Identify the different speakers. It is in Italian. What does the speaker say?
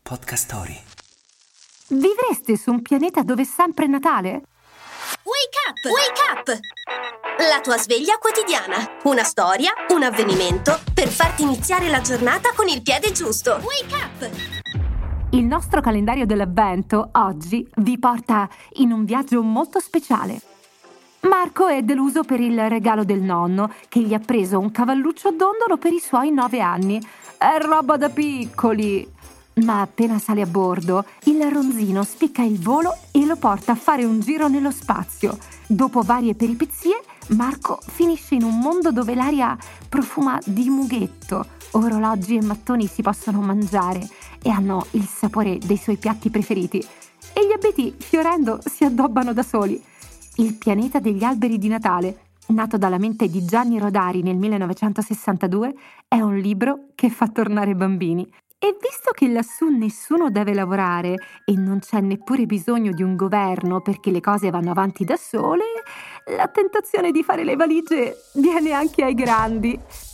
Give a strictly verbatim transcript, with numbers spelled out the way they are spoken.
Speaker 1: Podcast Story.
Speaker 2: Vivreste su un pianeta dove è sempre Natale?
Speaker 3: Wake up! Wake up! La tua sveglia quotidiana. Una storia, un avvenimento per farti iniziare la giornata con il piede giusto. Wake up!
Speaker 2: Il nostro calendario dell'avvento oggi vi porta in un viaggio molto speciale. Marco è deluso per il regalo del nonno, che gli ha preso un cavalluccio dondolo per i suoi nove anni. È roba da piccoli! Ma appena sale a bordo, il ronzino spicca il volo e lo porta a fare un giro nello spazio. Dopo varie peripezie, Marco finisce in un mondo dove l'aria profuma di mughetto, orologi e mattoni si possono mangiare e hanno il sapore dei suoi piatti preferiti. E gli abeti, fiorendo, si addobbano da soli. Il pianeta degli alberi di Natale, nato dalla mente di Gianni Rodari nel millenovecentosessantadue, è un libro che fa tornare bambini. E visto che lassù nessuno deve lavorare e non c'è neppure bisogno di un governo perché le cose vanno avanti da sole, la tentazione di fare le valigie viene anche ai grandi.